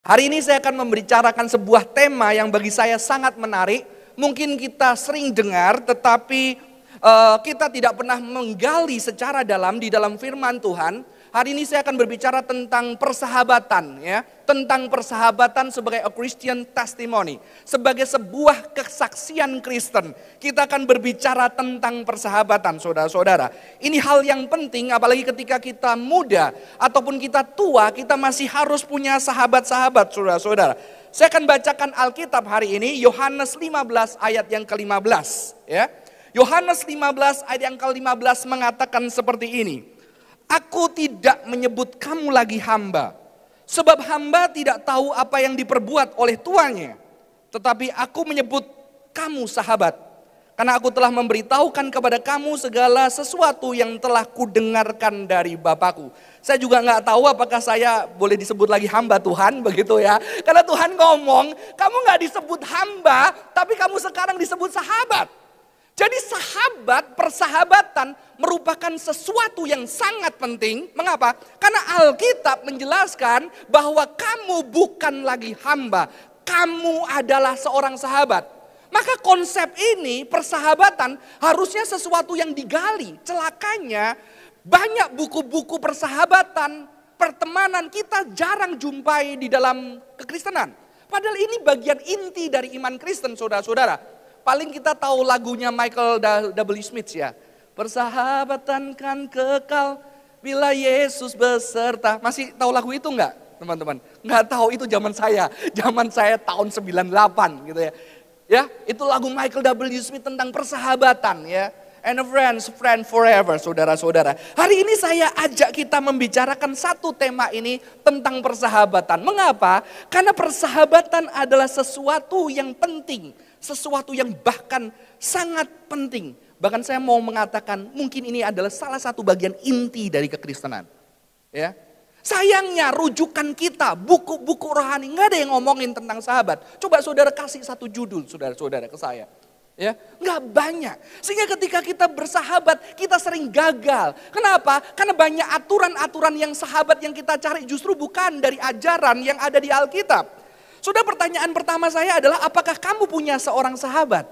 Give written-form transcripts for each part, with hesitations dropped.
Hari ini saya akan membicarakan sebuah tema yang bagi saya sangat menarik. Mungkin kita sering dengar, tetapi kita tidak pernah menggali secara dalam di dalam firman Tuhan. Hari ini saya akan berbicara tentang persahabatan, ya, tentang persahabatan sebagai a Christian testimony, sebagai sebuah kesaksian Kristen. Kita akan berbicara tentang persahabatan, saudara-saudara. Ini hal yang penting, apalagi ketika kita muda ataupun kita tua, kita masih harus punya sahabat-sahabat, saudara-saudara. Saya akan bacakan Alkitab hari ini, Yohanes 15 ayat yang ke-15, ya. Yohanes 15 ayat yang ke-15 mengatakan seperti ini. Aku tidak menyebut kamu lagi hamba, sebab hamba tidak tahu apa yang diperbuat oleh tuannya. Tetapi aku menyebut kamu sahabat, karena aku telah memberitahukan kepada kamu segala sesuatu yang telah kudengarkan dari Bapakku. Saya juga nggak tahu apakah saya boleh disebut lagi hamba Tuhan, begitu ya. Karena Tuhan ngomong, kamu nggak disebut hamba, tapi kamu sekarang disebut sahabat. Jadi sahabat, persahabatan merupakan sesuatu yang sangat penting. Mengapa? Karena Alkitab menjelaskan bahwa kamu bukan lagi hamba, kamu adalah seorang sahabat. Maka konsep ini, persahabatan, harusnya sesuatu yang digali. Celakanya banyak buku-buku persahabatan, pertemanan kita jarang jumpai di dalam kekristenan. Padahal ini bagian inti dari iman Kristen, saudara-saudara. Paling kita tahu lagunya Michael W. Smith, ya. Persahabatan kan kekal bila Yesus beserta. Masih tahu lagu itu enggak, teman-teman? Enggak tahu, itu zaman saya. Zaman saya tahun 98 gitu ya. Ya, itu lagu Michael W. Smith tentang persahabatan, ya. And a friend forever, saudara-saudara. Hari ini saya ajak kita membicarakan satu tema ini tentang persahabatan. Mengapa? Karena persahabatan adalah sesuatu yang penting. Sesuatu yang bahkan sangat penting. Bahkan saya mau mengatakan mungkin ini adalah salah satu bagian inti dari kekristenan. Ya. Sayangnya rujukan kita, buku-buku rohani, nggak ada yang ngomongin tentang sahabat. Coba saudara kasih satu judul saudara-saudara ke saya. Ya, nggak banyak. Sehingga ketika kita bersahabat, kita sering gagal. Kenapa? Karena banyak aturan-aturan yang sahabat yang kita cari justru bukan dari ajaran yang ada di Alkitab. Sudah, pertanyaan pertama saya adalah apakah kamu punya seorang sahabat?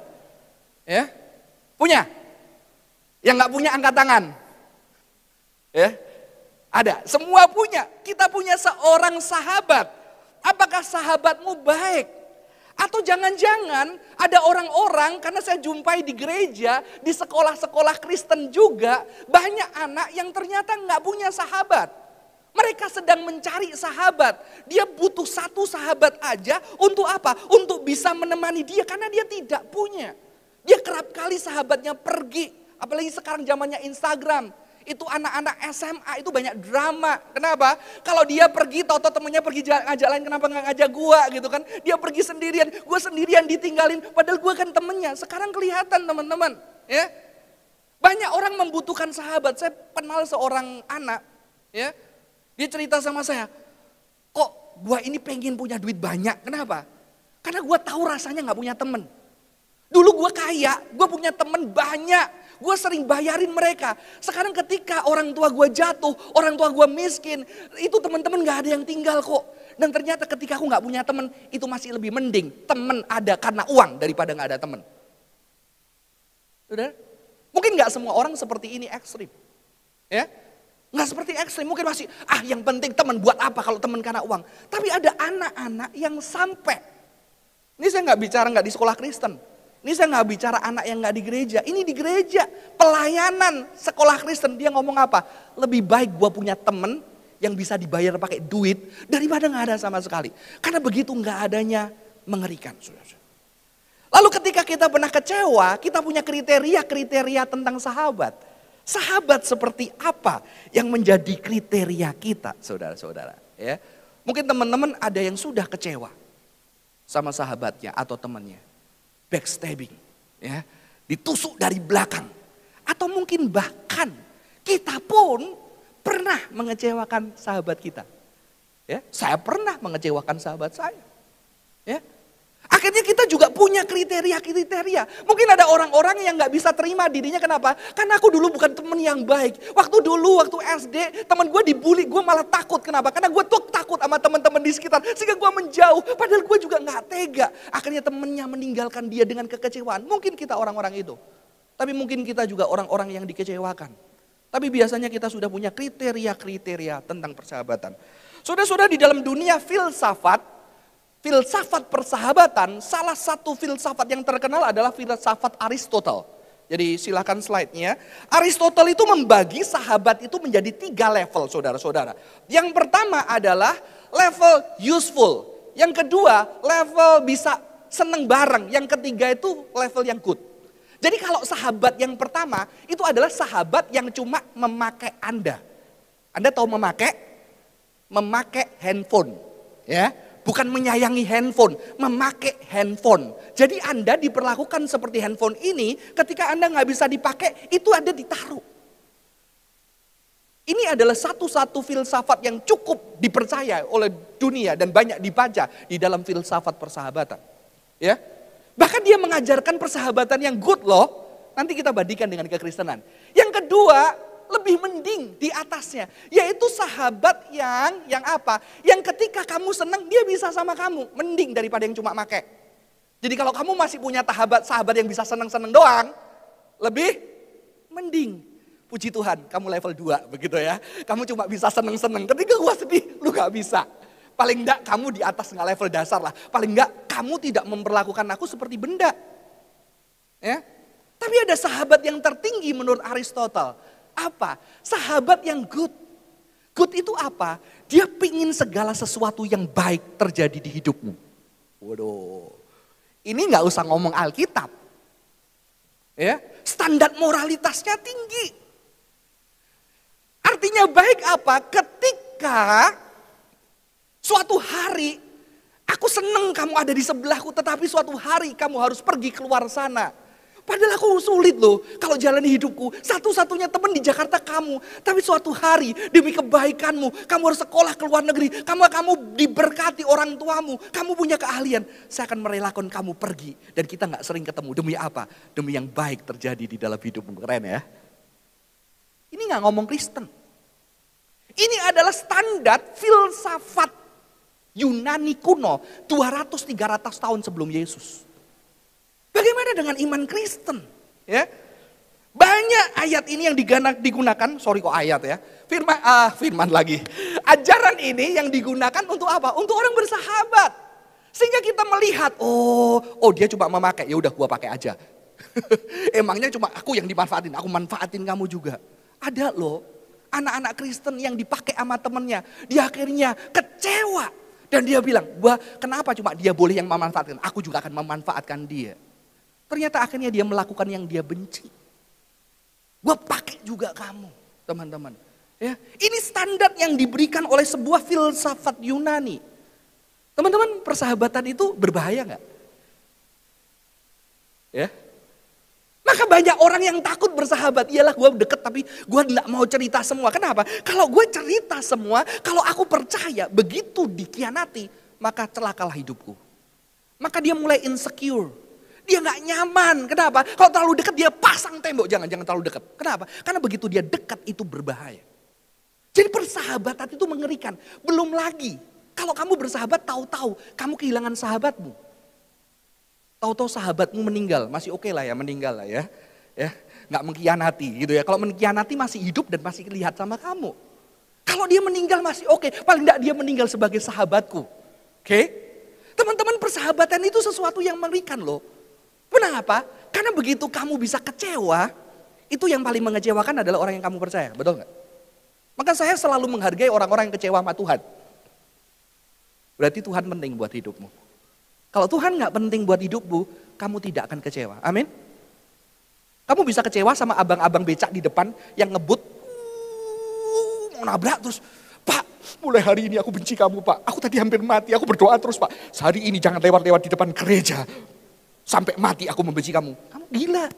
Ya, punya? Yang nggak punya angkat tangan. Ya, ada. Semua punya. Kita punya seorang sahabat. Apakah sahabatmu baik? Atau jangan-jangan ada orang-orang, karena saya jumpai di gereja, di sekolah-sekolah Kristen juga, banyak anak yang ternyata nggak punya sahabat. Mereka sedang mencari sahabat. Dia butuh satu sahabat aja untuk apa? Untuk bisa menemani dia, karena dia tidak punya. Dia kerap kali sahabatnya pergi, apalagi sekarang zamannya Instagram. Itu anak-anak SMA itu banyak drama. Kenapa? Kalau dia pergi, tahu-tahu temennya pergi ngajak lain, kenapa nggak ngajak gua gitu kan? Dia pergi sendirian, gua sendirian ditinggalin. Padahal gua kan temennya. Sekarang kelihatan teman-teman, ya. Banyak orang membutuhkan sahabat. Saya kenal seorang anak, ya. Dia cerita sama saya, kok gua ini pengen punya duit banyak. Kenapa? Karena gua tahu rasanya nggak punya temen. Dulu gua kaya, gua punya temen banyak. Gue sering bayarin mereka. Sekarang ketika orang tua gue jatuh, orang tua gue miskin, itu teman-teman gak ada yang tinggal kok. Dan ternyata ketika aku gak punya teman, itu masih lebih mending. Teman ada karena uang daripada gak ada teman. Saudara? Mungkin gak semua orang seperti ini ekstrim. Ya? Gak seperti ekstrim, mungkin masih, yang penting teman buat apa kalau teman karena uang. Tapi ada anak-anak yang sampai, ini saya gak bicara gak di sekolah Kristen. Ini saya nggak bicara anak yang nggak di gereja. Ini di gereja, pelayanan sekolah Kristen. Dia ngomong apa? Lebih baik gue punya temen yang bisa dibayar pakai duit daripada nggak ada sama sekali. Karena begitu nggak adanya mengerikan. Lalu ketika kita pernah kecewa, kita punya kriteria-kriteria tentang sahabat. Sahabat seperti apa yang menjadi kriteria kita, saudara-saudara? Ya, mungkin teman-teman ada yang sudah kecewa sama sahabatnya atau temannya. Backstabbing, ya, ditusuk dari belakang, atau mungkin bahkan kita pun pernah mengecewakan sahabat kita. Ya, saya pernah mengecewakan sahabat saya. Ya, Akhirnya kita juga punya kriteria-kriteria. Mungkin ada orang-orang yang gak bisa terima dirinya, kenapa? Karena aku dulu bukan teman yang baik. Waktu SD, teman gue dibully, gue malah takut. Kenapa? Karena gue tuh takut sama teman-teman di sekitar. Sehingga gue menjauh, padahal gue juga gak tega. Akhirnya temennya meninggalkan dia dengan kekecewaan. Mungkin kita orang-orang itu. Tapi mungkin kita juga orang-orang yang dikecewakan. Tapi biasanya kita sudah punya kriteria-kriteria tentang persahabatan. Saudara-saudara, di dalam dunia filsafat persahabatan, salah satu filsafat yang terkenal adalah filsafat Aristotle. Jadi silakan slide-nya. Aristotle itu membagi sahabat itu menjadi 3 level, saudara-saudara. Yang pertama adalah level useful. Yang kedua level bisa seneng bareng. Yang ketiga itu level yang good. Jadi kalau sahabat yang pertama itu adalah sahabat yang cuma memakai Anda. Anda tahu memakai handphone, ya. Bukan menyayangi handphone, memakai handphone. Jadi Anda diperlakukan seperti handphone ini, ketika Anda nggak bisa dipakai, itu Anda ditaruh. Ini adalah satu-satu filsafat yang cukup dipercaya oleh dunia dan banyak dibaca di dalam filsafat persahabatan. Ya, bahkan dia mengajarkan persahabatan yang good loh. Nanti kita bandingkan dengan kekristenan. Yang kedua, lebih mending di atasnya, yaitu sahabat yang apa? Yang ketika kamu senang dia bisa sama kamu, mending daripada yang cuma make. Jadi kalau kamu masih punya sahabat yang bisa senang-senang doang, lebih mending. Puji Tuhan, kamu level 2 begitu ya. Kamu cuma bisa senang-senang, ketika gua sedih lu gak bisa. Paling enggak kamu di atas nggak level dasar lah. Paling enggak kamu tidak memperlakukan aku seperti benda. Ya. Tapi ada sahabat yang tertinggi menurut Aristotle. Apa? Sahabat yang good. Good itu apa? Dia pingin segala sesuatu yang baik terjadi di hidupmu. Waduh. Ini gak usah ngomong Alkitab. Ya, standar moralitasnya tinggi. Artinya baik apa? Ketika suatu hari aku seneng kamu ada di sebelahku, tetapi suatu hari kamu harus pergi keluar sana. Padahal aku sulit loh kalau jalani hidupku. Satu-satunya teman di Jakarta kamu. Tapi suatu hari demi kebaikanmu, kamu harus sekolah ke luar negeri. Kamu diberkati orang tuamu. Kamu punya keahlian. Saya akan merelakan kamu pergi. Dan kita gak sering ketemu. Demi apa? Demi yang baik terjadi di dalam hidupmu. Keren ya. Ini gak ngomong Kristen. Ini adalah standar filsafat Yunani kuno. 200-300 tahun sebelum Yesus. Bagaimana dengan iman Kristen? Ya, banyak ayat ini yang digunakan, sorry kok ayat ya, firman lagi. Ajaran ini yang digunakan untuk apa? Untuk orang bersahabat. Sehingga kita melihat, oh dia cuma memakai, ya udah gua pakai aja. Emangnya cuma aku yang dimanfaatin, aku manfaatin kamu juga. Ada loh, anak-anak Kristen yang dipakai sama temennya, dia akhirnya kecewa. Dan dia bilang, kenapa cuma dia boleh yang memanfaatkan, aku juga akan memanfaatkan dia. Ternyata akhirnya dia melakukan yang dia benci. Gue pakai juga kamu, teman-teman. Ya, ini standar yang diberikan oleh sebuah filsafat Yunani. Teman-teman, persahabatan itu berbahaya nggak? Ya, maka banyak orang yang takut bersahabat. Iyalah gue deket tapi gue nggak mau cerita semua. Kenapa? Kalau gue cerita semua, kalau aku percaya begitu dikhianati, maka celakalah hidupku. Maka dia mulai insecure. Dia gak nyaman. Kenapa? Kalau terlalu dekat dia pasang tembok. Jangan terlalu dekat. Kenapa? Karena begitu dia dekat itu berbahaya. Jadi persahabatan itu mengerikan. Belum lagi. Kalau kamu bersahabat tahu-tahu kamu kehilangan sahabatmu. Tahu-tahu sahabatmu meninggal. Masih oke lah ya meninggal lah ya. Ya, gak mengkhianati gitu ya. Kalau mengkhianati masih hidup dan masih lihat sama kamu. Kalau dia meninggal masih oke. Paling gak dia meninggal sebagai sahabatku. Oke? Teman-teman, persahabatan itu sesuatu yang mengerikan loh. Kenapa? Karena begitu kamu bisa kecewa, itu yang paling mengecewakan adalah orang yang kamu percaya, betul nggak? Maka saya selalu menghargai orang-orang yang kecewa sama Tuhan. Berarti Tuhan penting buat hidupmu. Kalau Tuhan nggak penting buat hidupmu, kamu tidak akan kecewa. Amin. Kamu bisa kecewa sama abang-abang becak di depan yang ngebut, mau nabrak terus, Pak, mulai hari ini aku benci kamu Pak. Aku tadi hampir mati, aku berdoa terus Pak. Sehari ini jangan lewat-lewat di depan gereja. Sampai mati aku membenci kamu. Kamu gila.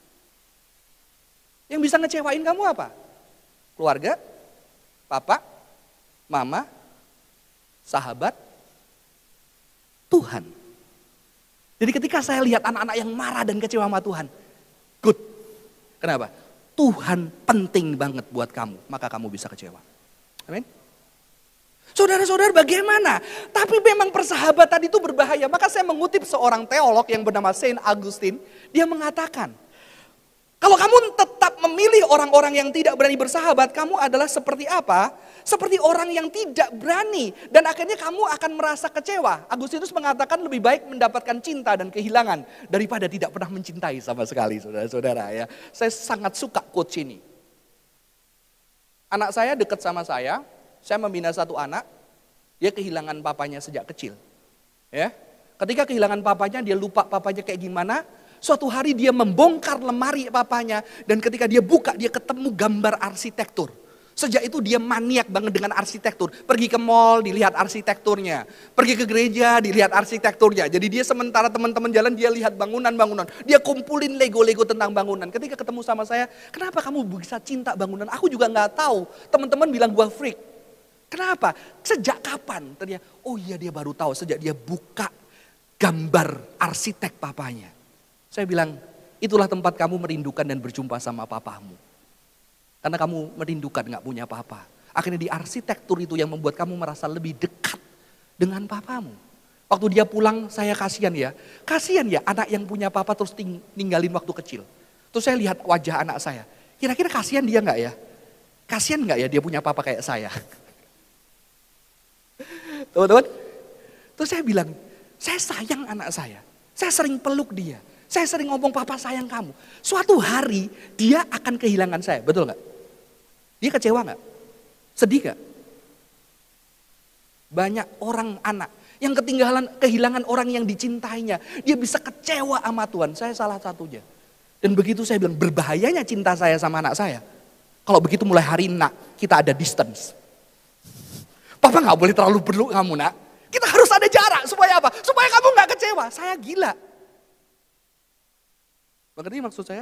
Yang bisa ngecewain kamu apa? Keluarga, papa, mama, sahabat, Tuhan. Jadi ketika saya lihat anak-anak yang marah dan kecewa sama Tuhan, good. Kenapa? Tuhan penting banget buat kamu, maka kamu bisa kecewa. Amin. Saudara-saudara bagaimana? Tapi memang persahabatan itu berbahaya. Maka saya mengutip seorang teolog yang bernama Saint Augustine. Dia mengatakan, kalau kamu tetap memilih orang-orang yang tidak berani bersahabat, kamu adalah seperti apa? Seperti orang yang tidak berani. Dan akhirnya kamu akan merasa kecewa. Agustinus mengatakan lebih baik mendapatkan cinta dan kehilangan daripada tidak pernah mencintai sama sekali, saudara-saudara ya. Saya sangat suka quotes ini. Anak saya dekat sama saya membina satu anak, dia kehilangan papanya sejak kecil. Ya, ketika kehilangan papanya, dia lupa papanya kayak gimana. Suatu hari dia membongkar lemari papanya dan ketika dia buka dia ketemu gambar arsitektur. Sejak itu dia maniak banget dengan arsitektur. Pergi ke mall dilihat arsitekturnya. Pergi ke gereja dilihat arsitekturnya. Jadi dia sementara teman-teman jalan dia lihat bangunan-bangunan. Dia kumpulin Lego-Lego tentang bangunan. Ketika ketemu sama saya, kenapa kamu bisa cinta bangunan? Aku juga gak tahu. Teman-teman bilang gua freak. Kenapa? Sejak kapan? Ternyata, oh iya dia baru tahu sejak dia buka gambar arsitek papanya. Saya bilang, itulah tempat kamu merindukan dan berjumpa sama papamu. Karena kamu merindukan gak punya papa. Akhirnya di arsitektur itu yang membuat kamu merasa lebih dekat dengan papamu. Waktu dia pulang saya kasihan ya. Kasihan ya anak yang punya papa terus ninggalin waktu kecil. Terus saya lihat wajah anak saya. Kira-kira kasihan dia gak ya? Kasihan gak ya dia punya papa kayak saya? Teman-teman. Terus saya bilang, saya sayang anak saya. Saya sering peluk dia. Saya sering ngomong papa sayang kamu. Suatu hari dia akan kehilangan saya, betul gak? Dia kecewa gak? Sedih gak? Banyak orang anak yang kehilangan orang yang dicintainya. Dia bisa kecewa sama Tuhan, saya salah satunya. Dan begitu saya bilang berbahayanya cinta saya sama anak saya. Kalau begitu mulai hari ini nak, kita ada distance. Papa gak boleh terlalu peluk kamu nak. Kita harus ada jarak, supaya apa? Supaya kamu gak kecewa, saya gila. Mengerti maksud saya?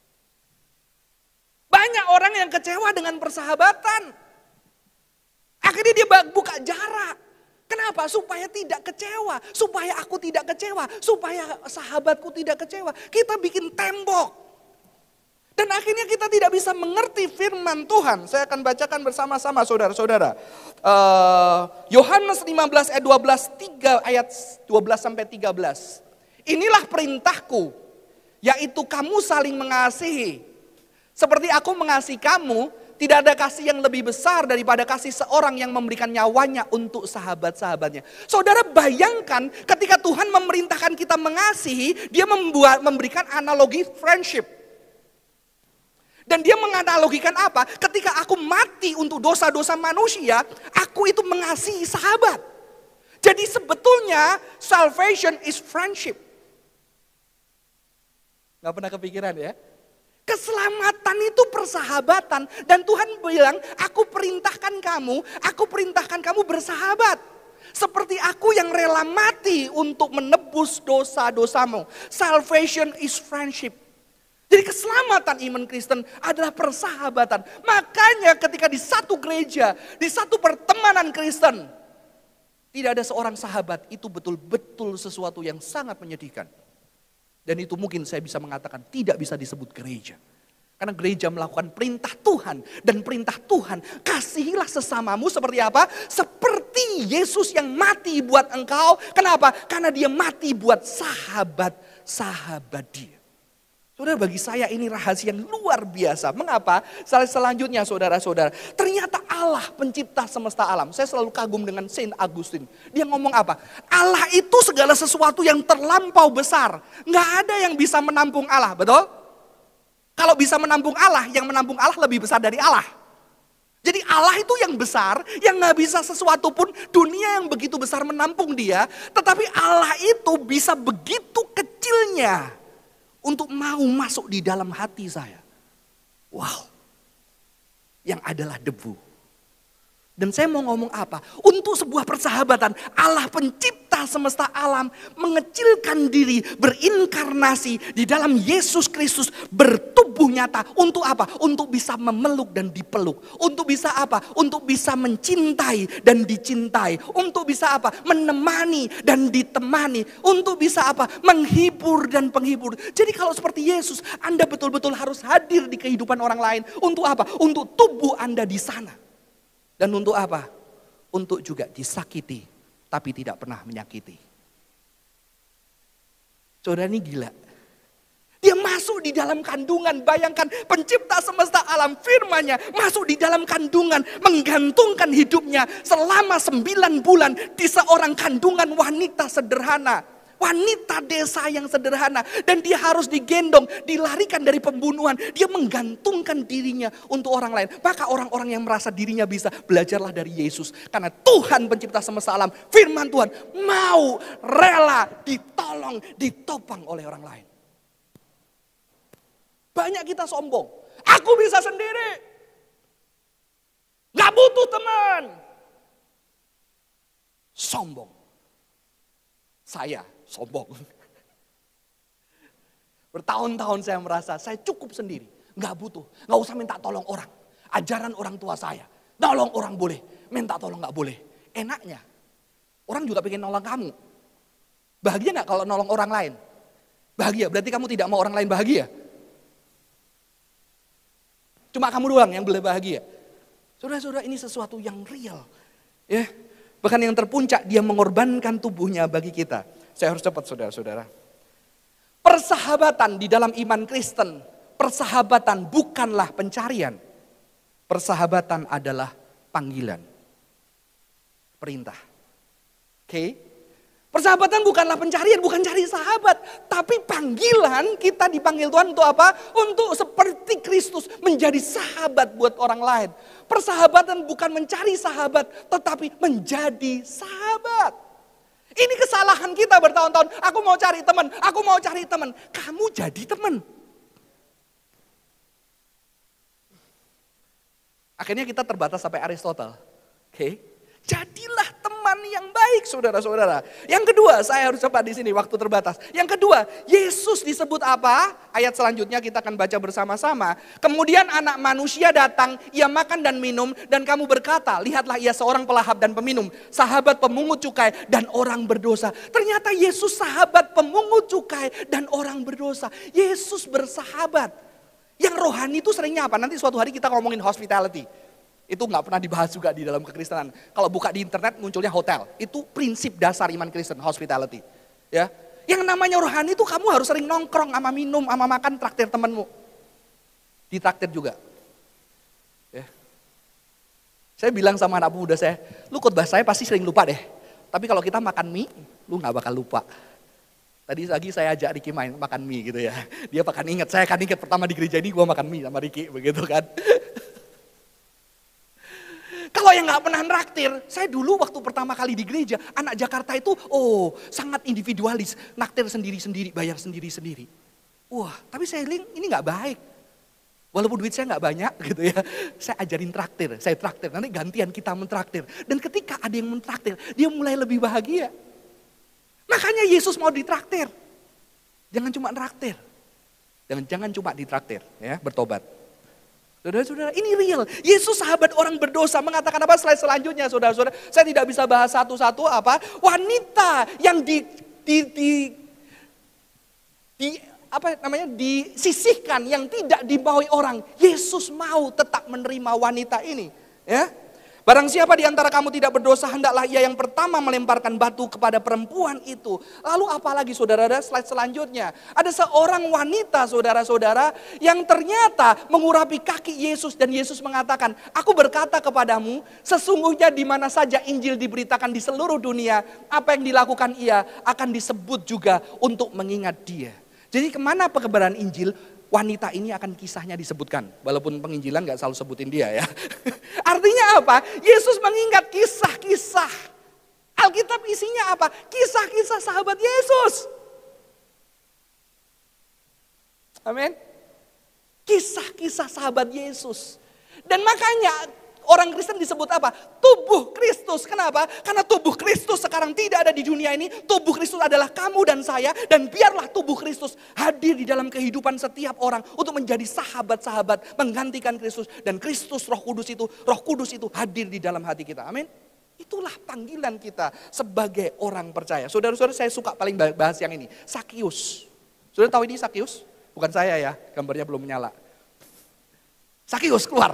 Banyak orang yang kecewa dengan persahabatan. Akhirnya dia buka jarak. Kenapa? Supaya tidak kecewa. Supaya aku tidak kecewa. Supaya sahabatku tidak kecewa. Kita bikin tembok. Dan akhirnya kita tidak bisa mengerti firman Tuhan. Saya akan bacakan bersama-sama saudara-saudara. Yohanes 15 ayat 12, 3 ayat 12 sampai 13. Inilah perintahku. Yaitu kamu saling mengasihi. Seperti aku mengasihi kamu, tidak ada kasih yang lebih besar daripada kasih seorang yang memberikan nyawanya untuk sahabat-sahabatnya. Saudara bayangkan ketika Tuhan memerintahkan kita mengasihi, dia memberikan analogi friendship. Dan dia menganalogikan apa? Ketika aku mati untuk dosa-dosa manusia, aku itu mengasihi sahabat. Jadi sebetulnya salvation is friendship. Gak pernah kepikiran ya. Keselamatan itu persahabatan. Dan Tuhan bilang, aku perintahkan kamu bersahabat. Seperti aku yang rela mati untuk menebus dosa-dosamu. Salvation is friendship. Jadi keselamatan iman Kristen adalah persahabatan. Makanya ketika di satu gereja, di satu pertemanan Kristen, tidak ada seorang sahabat, itu betul-betul sesuatu yang sangat menyedihkan. Dan itu mungkin saya bisa mengatakan tidak bisa disebut gereja. Karena gereja melakukan perintah Tuhan. Dan perintah Tuhan, kasihilah sesamamu seperti apa? Seperti Yesus yang mati buat engkau. Kenapa? Karena dia mati buat sahabat-sahabat dia. Saudara, bagi saya ini rahasia yang luar biasa. Mengapa? Selanjutnya saudara-saudara, ternyata Allah pencipta semesta alam. Saya selalu kagum dengan Saint Augustine. Dia ngomong apa? Allah itu segala sesuatu yang terlampau besar. Nggak ada yang bisa menampung Allah, betul? Kalau bisa menampung Allah, yang menampung Allah lebih besar dari Allah. Jadi Allah itu yang besar, yang nggak bisa sesuatu pun dunia yang begitu besar menampung dia. Tetapi Allah itu bisa begitu kecilnya untuk mau masuk di dalam hati saya. Wow. Yang adalah debu. Dan saya mau ngomong apa? Untuk sebuah persahabatan, Allah pencipta pencipta semesta alam, mengecilkan diri, berinkarnasi di dalam Yesus Kristus, bertubuh nyata. Untuk apa? Untuk bisa memeluk dan dipeluk. Untuk bisa apa? Untuk bisa mencintai dan dicintai. Untuk bisa apa? Menemani dan ditemani. Untuk bisa apa? Menghibur dan penghibur. Jadi kalau seperti Yesus, Anda betul-betul harus hadir di kehidupan orang lain. Untuk apa? Untuk tubuh Anda di sana. Dan untuk apa? Untuk juga disakiti, tapi tidak pernah menyakiti. Saudara ini gila. Dia masuk di dalam kandungan, bayangkan pencipta semesta alam, firman-Nya masuk di dalam kandungan, menggantungkan hidupnya selama 9 bulan di seorang kandungan wanita sederhana. Wanita desa yang sederhana. Dan dia harus digendong, dilarikan dari pembunuhan. Dia menggantungkan dirinya untuk orang lain. Maka orang-orang yang merasa dirinya bisa, belajarlah dari Yesus. Karena Tuhan pencipta semesta alam, firman Tuhan mau rela ditolong, ditopang oleh orang lain. Banyak kita sombong. Aku bisa sendiri. Gak butuh teman. Sombong. Saya sombong. Bertahun-tahun saya merasa saya cukup sendiri. Gak butuh. Gak usah minta tolong orang. Ajaran orang tua saya. Nolong orang boleh. Minta tolong gak boleh. Enaknya. Orang juga pengen nolong kamu. Bahagia gak kalau nolong orang lain? Bahagia. Berarti kamu tidak mau orang lain bahagia? Cuma kamu doang yang boleh bahagia. Saudara-saudara, ini sesuatu yang real. Ya. Bahkan yang terpuncak, dia mengorbankan tubuhnya bagi kita. Saya harus cepat saudara-saudara. Persahabatan di dalam iman Kristen. Persahabatan bukanlah pencarian. Persahabatan adalah panggilan. Perintah. Oke? Persahabatan bukanlah pencarian, bukan cari sahabat. Tapi panggilan, kita dipanggil Tuhan untuk apa? Untuk seperti Kristus menjadi sahabat buat orang lain. Persahabatan bukan mencari sahabat, tetapi menjadi sahabat. Ini kesalahan kita bertahun-tahun. Aku mau cari teman, aku mau cari teman. Kamu jadi teman. Akhirnya kita terbatas sampai Aristotle. Oke? Jadilah teman yang baik, saudara-saudara. Yang kedua, saya harus cepat di sini, waktu terbatas. Yang kedua, Yesus disebut apa? Ayat selanjutnya kita akan baca bersama-sama. Kemudian anak manusia datang, ia makan dan minum, dan kamu berkata, lihatlah ia seorang pelahap dan peminum, sahabat pemungut cukai dan orang berdosa. Ternyata Yesus sahabat pemungut cukai dan orang berdosa. Yesus bersahabat. Yang rohani itu seringnya apa? Nanti suatu hari kita ngomongin hospitality. Itu nggak pernah dibahas juga di dalam kekristenan. Kalau buka di internet munculnya hotel. Itu prinsip dasar iman Kristen, hospitality. Ya, yang namanya rohani itu kamu harus sering nongkrong sama minum, sama makan, traktir temenmu. Ditraktir juga. Ya. Saya bilang sama anak muda saya, lu khotbah saya pasti sering lupa deh. Tapi kalau kita makan mie, lu nggak bakal lupa. Tadi lagi saya ajak Ricky makan mie gitu ya. Dia akan ingat, saya akan ingat pertama di gereja ini gue makan mie sama Ricky, begitu kan. Kalau yang gak pernah naktir, saya dulu waktu pertama kali di gereja, anak Jakarta itu sangat individualis, naktir sendiri-sendiri, bayar sendiri-sendiri. Wah, tapi saya lihat ini gak baik. Walaupun duit saya gak banyak gitu ya, saya ajarin traktir, saya traktir, nanti gantian kita mentraktir. Dan ketika ada yang mentraktir, dia mulai lebih bahagia. Makanya Yesus mau ditraktir. Jangan cuma traktir. Jangan cuma ditraktir, ya, bertobat. Saudara-saudara, ini real. Yesus sahabat orang berdosa mengatakan apa? Slide selanjutnya, saudara-saudara. Saya tidak bisa bahas satu-satu apa? Wanita yang disisihkan, yang tidak dibawahi orang. Yesus mau tetap menerima wanita ini, ya. Barang siapa di antara kamu tidak berdosa, hendaklah ia yang pertama melemparkan batu kepada perempuan itu. Lalu apalagi saudara-saudara, slide selanjutnya. Ada seorang wanita saudara-saudara yang ternyata mengurapi kaki Yesus. Dan Yesus mengatakan, aku berkata kepadamu, sesungguhnya di mana saja Injil diberitakan di seluruh dunia, apa yang dilakukan ia akan disebut juga untuk mengingat dia. Jadi kemana penyebaran Injil? Wanita ini akan kisahnya disebutkan. Walaupun penginjilan gak selalu sebutin dia ya. Artinya apa? Yesus mengingat kisah-kisah. Alkitab isinya apa? Kisah-kisah sahabat Yesus. Amin. Kisah-kisah sahabat Yesus. Dan makanya Orang Kristen disebut apa? Tubuh Kristus. Kenapa? Karena tubuh Kristus sekarang tidak ada di dunia ini. Tubuh Kristus adalah kamu dan saya. Dan biarlah tubuh Kristus hadir di dalam kehidupan setiap orang. Untuk menjadi sahabat-sahabat menggantikan Kristus. Dan Kristus Roh Kudus itu hadir di dalam hati kita. Amin. Itulah panggilan kita sebagai orang percaya. Saudara-saudara, saya suka paling bahas yang ini. Sakius. Saudara tahu ini Sakius? Bukan saya ya, gambarnya belum menyala. Sakius keluar.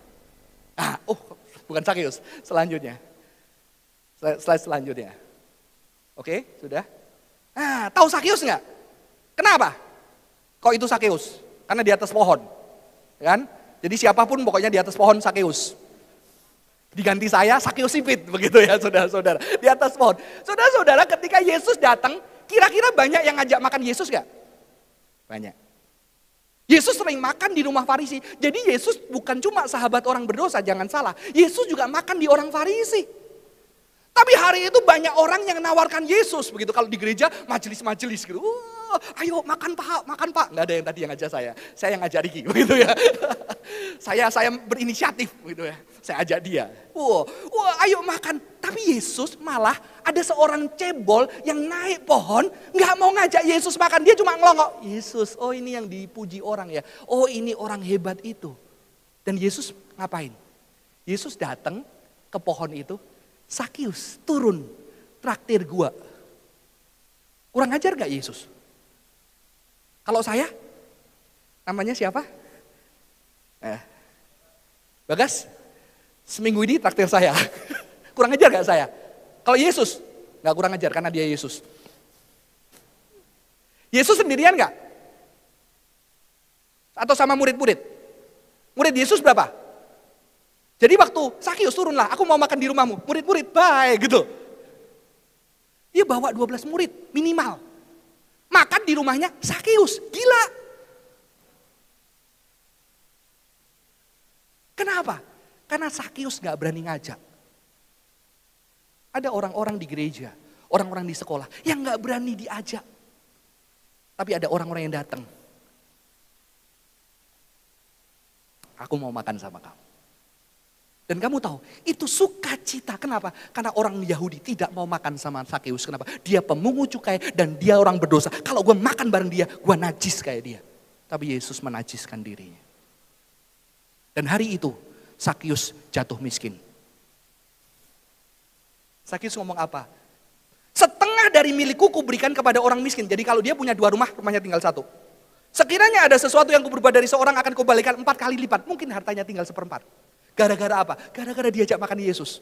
Bukan Sakius. Selanjutnya. Slide selanjutnya. Oke, sudah. Tahu Sakius nggak? Kenapa? Kok itu Sakius? Karena di atas pohon. Kan? Jadi siapapun pokoknya di atas pohon Sakius. Diganti saya Sakius sipit, begitu ya saudara-saudara. Di atas pohon. Saudara-saudara, ketika Yesus datang, kira-kira banyak yang ngajak makan Yesus nggak? Banyak. Yesus sering makan di rumah Farisi. Jadi Yesus bukan cuma sahabat orang berdosa, jangan salah. Yesus juga makan di orang Farisi. Tapi hari itu banyak orang yang menawarkan Yesus begitu. Kalau di gereja majelis-majelis gitu. Ayo makan Pak, makan Pak. Nggak ada yang tadi yang ngajak saya yang ngajak Riki begitu ya. saya berinisiatif begitu ya. Saya ajak dia. Ayo makan. Tapi Yesus malah ada seorang cebol yang naik pohon, nggak mau ngajak Yesus makan. Dia cuma ngelongok. Yesus, oh ini yang dipuji orang ya. Oh ini orang hebat itu. Dan Yesus ngapain? Yesus datang ke pohon itu. Sakius turun, traktir gua. Kurang ajar gak Yesus? Kalau saya, namanya siapa? Bagas, seminggu ini traktir saya. Kurang ajar gak saya? Kalau Yesus, gak kurang ajar karena dia Yesus. Yesus sendirian gak? Atau sama murid-murid? Murid Yesus berapa? Jadi waktu Sakius turunlah, aku mau makan di rumahmu. Murid-murid, bye gitu. Dia bawa 12 murid minimal. Makan di rumahnya Sakius, gila. Kenapa? Karena Sakius gak berani ngajak. Ada orang-orang di gereja, orang-orang di sekolah yang gak berani diajak. Tapi ada orang-orang yang datang. Aku mau makan sama kamu. Dan kamu tahu, itu sukacita. Kenapa? Karena orang Yahudi tidak mau makan sama Sakius. Kenapa? Dia pemungut cukai dan dia orang berdosa. Kalau gue makan bareng dia, gue najis kayak dia. Tapi Yesus menajiskan dirinya. Dan hari itu, Sakius jatuh miskin. Sakius ngomong apa? Setengah dari milikku kuberikan kepada orang miskin. Jadi kalau dia punya 2 rumah, rumahnya tinggal 1. Sekiranya ada sesuatu yang kuberubah dari seorang akan kubalikan 4 kali lipat. Mungkin hartanya tinggal 1/4. Gara-gara apa? Gara-gara diajak makan Yesus.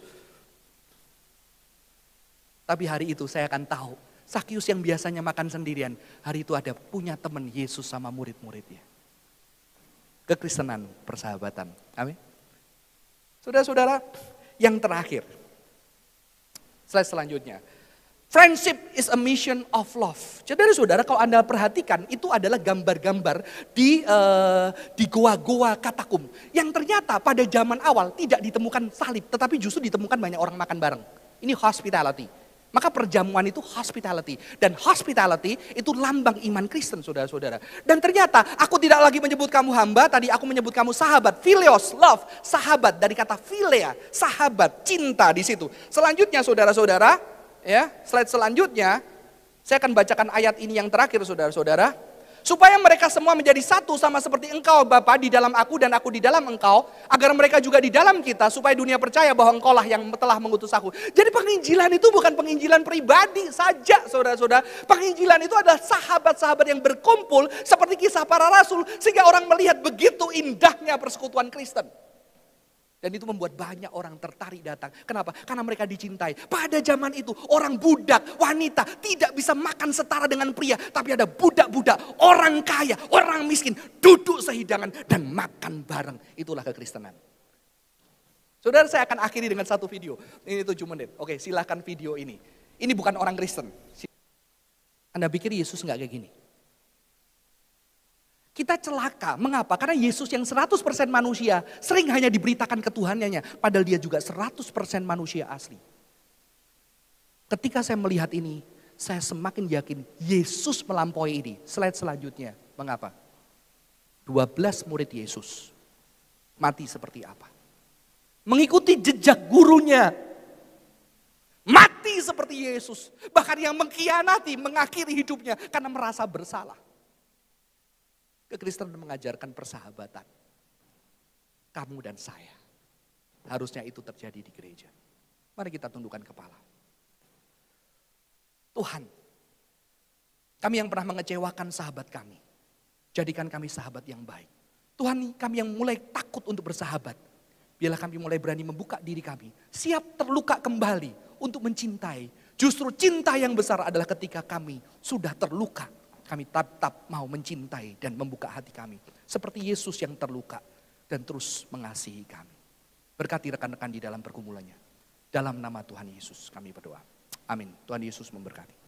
Tapi hari itu saya akan tahu, Sakius yang biasanya makan sendirian, hari itu ada punya teman Yesus sama murid-muridnya. Kekristenan, persahabatan. Amin. Saudara-saudara, yang terakhir. Slide selanjutnya. Friendship is a mission of love. Saudara-saudara, kalau Anda perhatikan, itu adalah gambar-gambar di goa-goa katakum. Yang ternyata pada zaman awal tidak ditemukan salib, tetapi justru ditemukan banyak orang makan bareng. Ini hospitality. Maka perjamuan itu hospitality. Dan hospitality itu lambang iman Kristen, saudara-saudara. Dan ternyata aku tidak lagi menyebut kamu hamba, tadi aku menyebut kamu sahabat. Philios, love, sahabat. Dari kata philea, sahabat, cinta di situ. Selanjutnya saudara-saudara, ya, slide selanjutnya, saya akan bacakan ayat ini yang terakhir saudara-saudara. Supaya mereka semua menjadi satu sama seperti engkau Bapa di dalam aku dan aku di dalam engkau. Agar mereka juga di dalam kita supaya dunia percaya bahwa engkau lah yang telah mengutus aku. Jadi penginjilan itu bukan penginjilan pribadi saja saudara-saudara. Penginjilan itu adalah sahabat-sahabat yang berkumpul seperti kisah para rasul. Sehingga orang melihat begitu indahnya persekutuan Kristen. Dan itu membuat banyak orang tertarik datang. Kenapa? Karena mereka dicintai. Pada zaman itu orang budak, wanita tidak bisa makan setara dengan pria. Tapi ada budak-budak, orang kaya, orang miskin. Duduk sehidangan dan makan bareng. Itulah kekristenan. Saudara, saya akan akhiri dengan satu video. Ini 7 menit. Oke, silahkan video ini. Ini bukan orang Kristen. Anda pikir Yesus nggak kayak gini? Kita celaka, mengapa? Karena Yesus yang 100% manusia sering hanya diberitakan ketuhanannya, padahal dia juga 100% manusia asli. Ketika saya melihat ini, saya semakin yakin Yesus melampaui ini. Slide selanjutnya, mengapa? 12 murid Yesus mati seperti apa? Mengikuti jejak gurunya. Mati seperti Yesus. Bahkan yang mengkhianati, mengakhiri hidupnya karena merasa bersalah. Kekristenan mengajarkan persahabatan. Kamu dan saya. Harusnya itu terjadi di gereja. Mari kita tundukkan kepala. Tuhan, kami yang pernah mengecewakan sahabat kami, jadikan kami sahabat yang baik. Tuhan, kami yang mulai takut untuk bersahabat, biarlah kami mulai berani membuka diri kami, siap terluka kembali untuk mencintai. Justru cinta yang besar adalah ketika kami sudah terluka, kami tetap mau mencintai dan membuka hati kami. Seperti Yesus yang terluka dan terus mengasihi kami. Berkati rekan-rekan di dalam pergumulannya. Dalam nama Tuhan Yesus kami berdoa. Amin. Tuhan Yesus memberkati.